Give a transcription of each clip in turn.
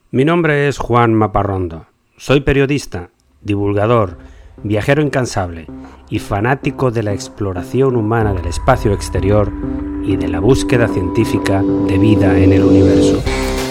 Mi nombre es Juan Maparrondo. Soy periodista, divulgador, viajero incansable y fanático de la exploración humana del espacio exterior y de la búsqueda científica de vida en el universo.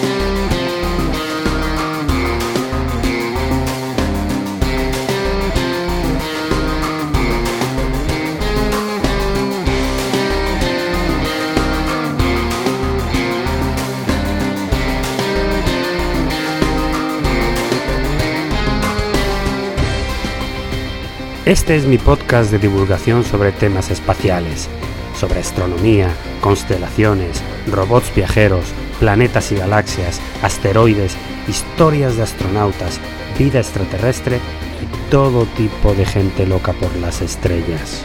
Este es mi podcast de divulgación sobre temas espaciales, sobre astronomía, constelaciones, robots viajeros, planetas y galaxias, asteroides, historias de astronautas, vida extraterrestre y todo tipo de gente loca por las estrellas.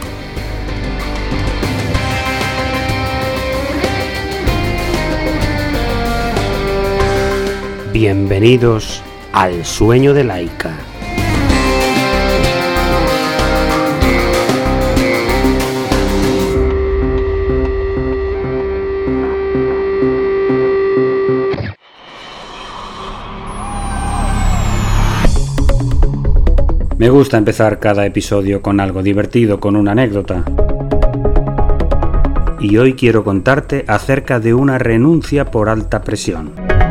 Bienvenidos al sueño de Laika. Me gusta empezar cada episodio con algo divertido, con una anécdota. Y hoy quiero contarte acerca de una renuncia por alta presión.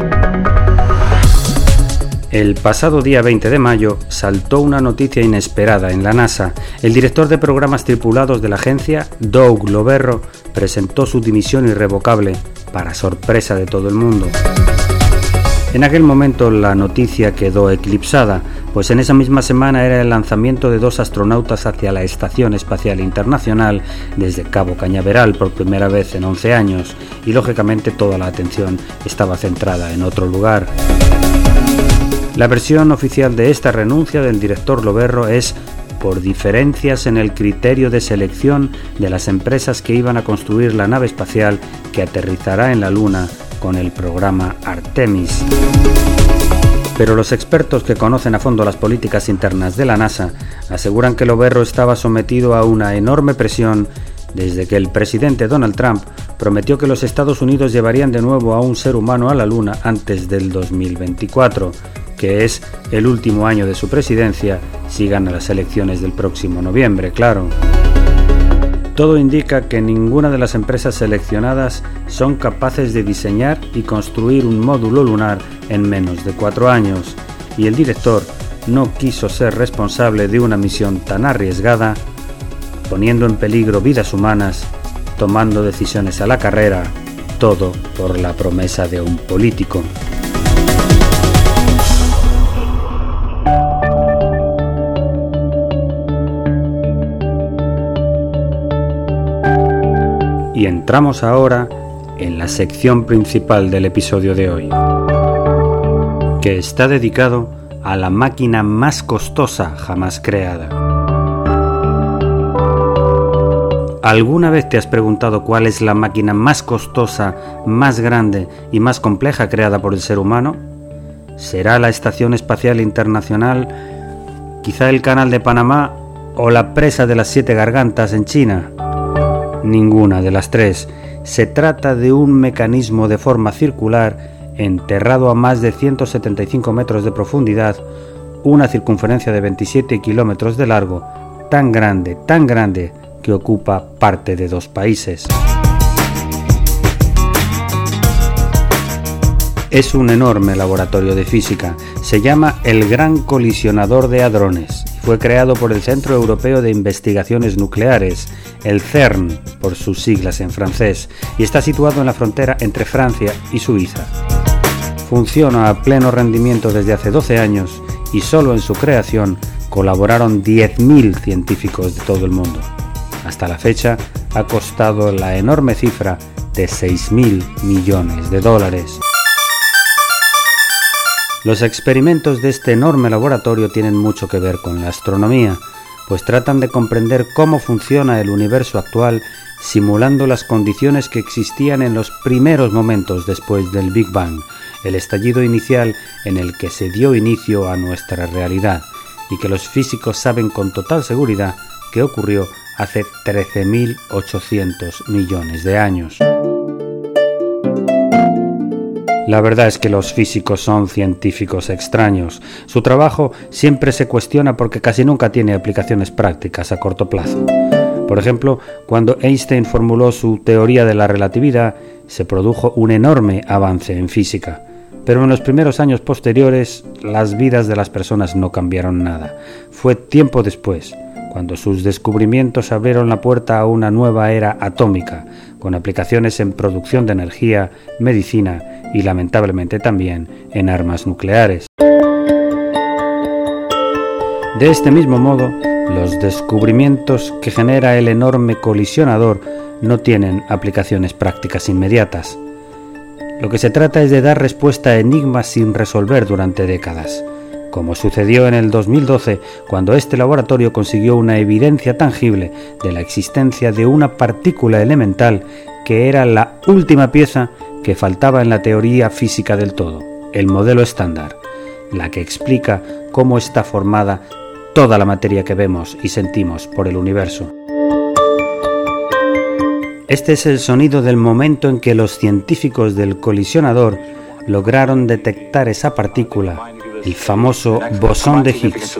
El pasado día 20 de mayo saltó una noticia inesperada en la NASA. El director de programas tripulados de la agencia, Doug Loverro, presentó su dimisión irrevocable, para sorpresa de todo el mundo. En aquel momento la noticia quedó eclipsada, pues en esa misma semana era el lanzamiento de 2 astronautas hacia la Estación Espacial Internacional desde Cabo Cañaveral por primera vez en 11 años, y lógicamente toda la atención estaba centrada en otro lugar. La versión oficial de esta renuncia del director Loverro es por diferencias en el criterio de selección de las empresas que iban a construir la nave espacial que aterrizará en la Luna con el programa Artemis. Pero los expertos que conocen a fondo las políticas internas de la NASA aseguran que Loverro estaba sometido a una enorme presión desde que el presidente Donald Trump prometió que los Estados Unidos llevarían de nuevo a un ser humano a la Luna antes del 2024, que es el último año de su presidencia si gana las elecciones del próximo noviembre, claro. Todo indica que ninguna de las empresas seleccionadas son capaces de diseñar y construir un módulo lunar en menos de 4 años, y el director no quiso ser responsable de una misión tan arriesgada, poniendo en peligro vidas humanas, tomando decisiones a la carrera, todo por la promesa de un político. Y entramos ahora en la sección principal del episodio de hoy, que está dedicado a la máquina más costosa jamás creada. ¿Alguna vez te has preguntado cuál es la máquina más costosa, más grande y más compleja creada por el ser humano? ¿Será la Estación Espacial Internacional, quizá el Canal de Panamá o la presa de las 7 Gargantas en China? Ninguna de las 3. Se trata de un mecanismo de forma circular enterrado a más de 175 metros de profundidad, una circunferencia de 27 kilómetros de largo, tan grande que ocupa parte de 2 países. Es un enorme laboratorio de física. Se llama el Gran Colisionador de Hadrones. Fue creado por el Centro Europeo de Investigaciones Nucleares, el CERN, por sus siglas en francés, y está situado en la frontera entre Francia y Suiza. Funciona a pleno rendimiento desde hace 12 años y solo en su creación colaboraron 10.000 científicos de todo el mundo. Hasta la fecha ha costado la enorme cifra de $6.000 millones. Los experimentos de este enorme laboratorio tienen mucho que ver con la astronomía, pues tratan de comprender cómo funciona el universo actual simulando las condiciones que existían en los primeros momentos después del Big Bang, el estallido inicial en el que se dio inicio a nuestra realidad, y que los físicos saben con total seguridad que ocurrió hace 13.800 millones de años. La verdad es que los físicos son científicos extraños. Su trabajo siempre se cuestiona porque casi nunca tiene aplicaciones prácticas a corto plazo. Por ejemplo, cuando Einstein formuló su teoría de la relatividad, se produjo un enorme avance en física. Pero en los primeros años posteriores, las vidas de las personas no cambiaron nada. Fue tiempo después, cuando sus descubrimientos abrieron la puerta a una nueva era atómica, con aplicaciones en producción de energía, medicina y lamentablemente también en armas nucleares. De este mismo modo, los descubrimientos que genera el enorme colisionador no tienen aplicaciones prácticas inmediatas. Lo que se trata es de dar respuesta a enigmas sin resolver durante décadas, como sucedió en el 2012, cuando este laboratorio consiguió una evidencia tangible de la existencia de una partícula elemental que era la última pieza que faltaba en la teoría física del todo, el modelo estándar, la que explica cómo está formada toda la materia que vemos y sentimos por el universo. Este es el sonido del momento en que los científicos del colisionador lograron detectar esa partícula, el famoso bosón de Higgs.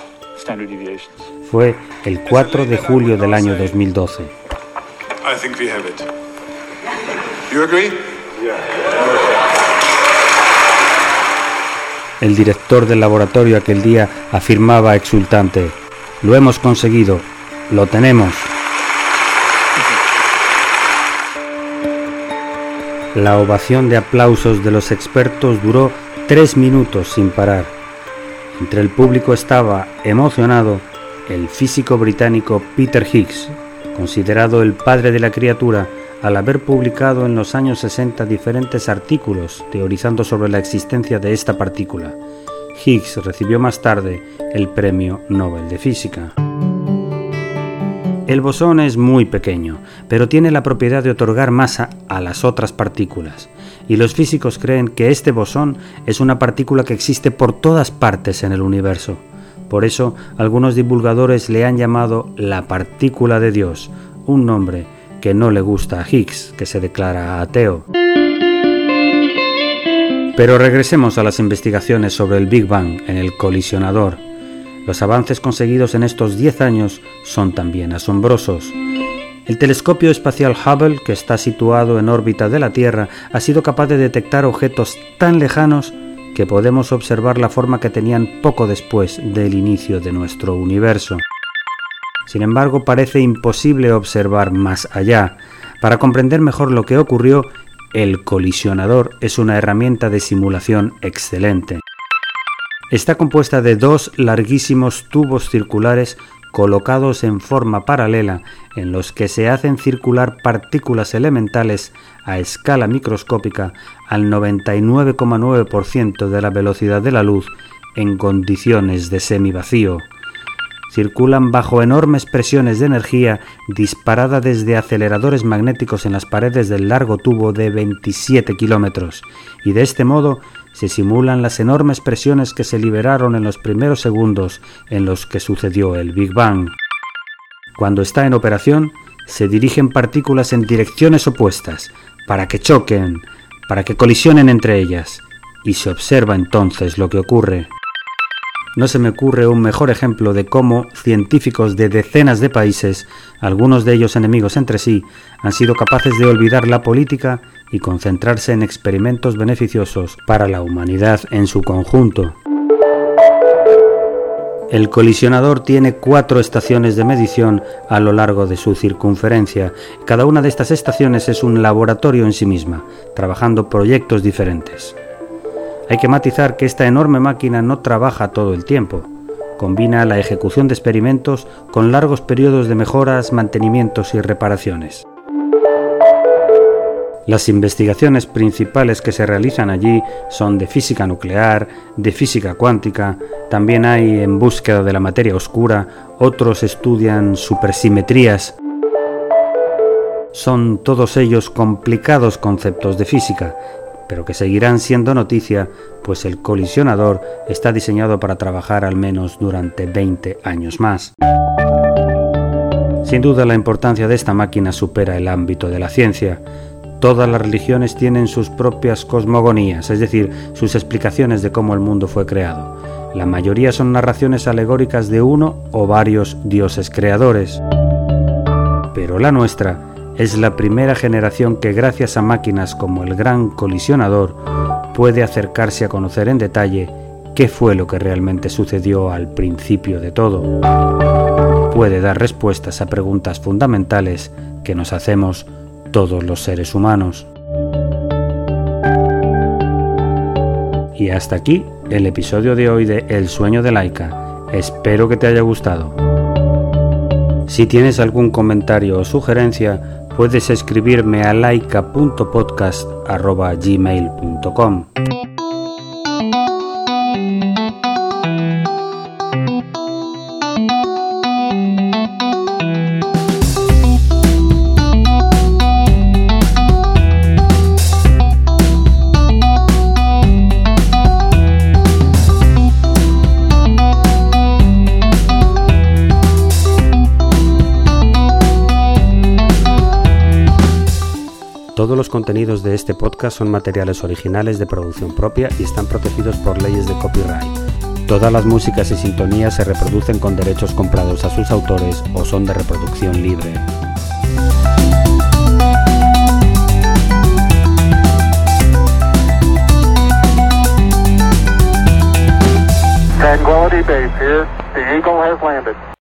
Fue el 4 de julio del año 2012. El director del laboratorio aquel día afirmaba exultante: "Lo hemos conseguido, lo tenemos". La ovación de aplausos de los expertos duró 3 minutos sin parar. Entre el público estaba, emocionado, el físico británico Peter Higgs, considerado el padre de la criatura al haber publicado en los años 60 diferentes artículos teorizando sobre la existencia de esta partícula. Higgs recibió más tarde el Premio Nobel de Física. El bosón es muy pequeño, pero tiene la propiedad de otorgar masa a las otras partículas, y los físicos creen que este bosón es una partícula que existe por todas partes en el universo. Por eso, algunos divulgadores le han llamado la partícula de Dios, un nombre que no le gusta a Higgs, que se declara ateo. Pero regresemos a las investigaciones sobre el Big Bang en el colisionador. Los avances conseguidos en estos 10 años son también asombrosos. El telescopio espacial Hubble, que está situado en órbita de la Tierra, ha sido capaz de detectar objetos tan lejanos que podemos observar la forma que tenían poco después del inicio de nuestro universo. Sin embargo, parece imposible observar más allá. Para comprender mejor lo que ocurrió, el colisionador es una herramienta de simulación excelente. Está compuesta de 2 larguísimos tubos circulares colocados en forma paralela en los que se hacen circular partículas elementales a escala microscópica al 99,9% de la velocidad de la luz en condiciones de semivacío. Circulan bajo enormes presiones de energía disparada desde aceleradores magnéticos en las paredes del largo tubo de 27 kilómetros, y de este modo se simulan las enormes presiones que se liberaron en los primeros segundos en los que sucedió el Big Bang. Cuando está en operación, se dirigen partículas en direcciones opuestas, para que choquen, para que colisionen entre ellas, y se observa entonces lo que ocurre. No se me ocurre un mejor ejemplo de cómo científicos de decenas de países, algunos de ellos enemigos entre sí, han sido capaces de olvidar la política y concentrarse en experimentos beneficiosos para la humanidad en su conjunto. El colisionador tiene 4 estaciones de medición a lo largo de su circunferencia. Cada una de estas estaciones es un laboratorio en sí misma, trabajando proyectos diferentes. Hay que matizar que esta enorme máquina no trabaja todo el tiempo. Combina la ejecución de experimentos con largos periodos de mejoras, mantenimientos y reparaciones. Las investigaciones principales que se realizan allí son de física nuclear, de física cuántica, también hay en búsqueda de la materia oscura, otros estudian supersimetrías. Son todos ellos complicados conceptos de física, pero que seguirán siendo noticia, pues el colisionador está diseñado para trabajar al menos durante 20 años más. Sin duda la importancia de esta máquina supera el ámbito de la ciencia. Todas las religiones tienen sus propias cosmogonías, es decir, sus explicaciones de cómo el mundo fue creado. La mayoría son narraciones alegóricas de uno o varios dioses creadores. Pero la nuestra es la primera generación que, gracias a máquinas como el Gran Colisionador, puede acercarse a conocer en detalle qué fue lo que realmente sucedió al principio de todo. Puede dar respuestas a preguntas fundamentales que nos hacemos todos los seres humanos. Y hasta aquí el episodio de hoy de El sueño de Laika. Espero que te haya gustado. Si tienes algún comentario o sugerencia, puedes escribirme a laika.podcast@gmail.com. Todos los contenidos de este podcast son materiales originales de producción propia y están protegidos por leyes de copyright. Todas las músicas y sintonías se reproducen con derechos comprados a sus autores o son de reproducción libre. Tranquility Base here. The Eagle has landed.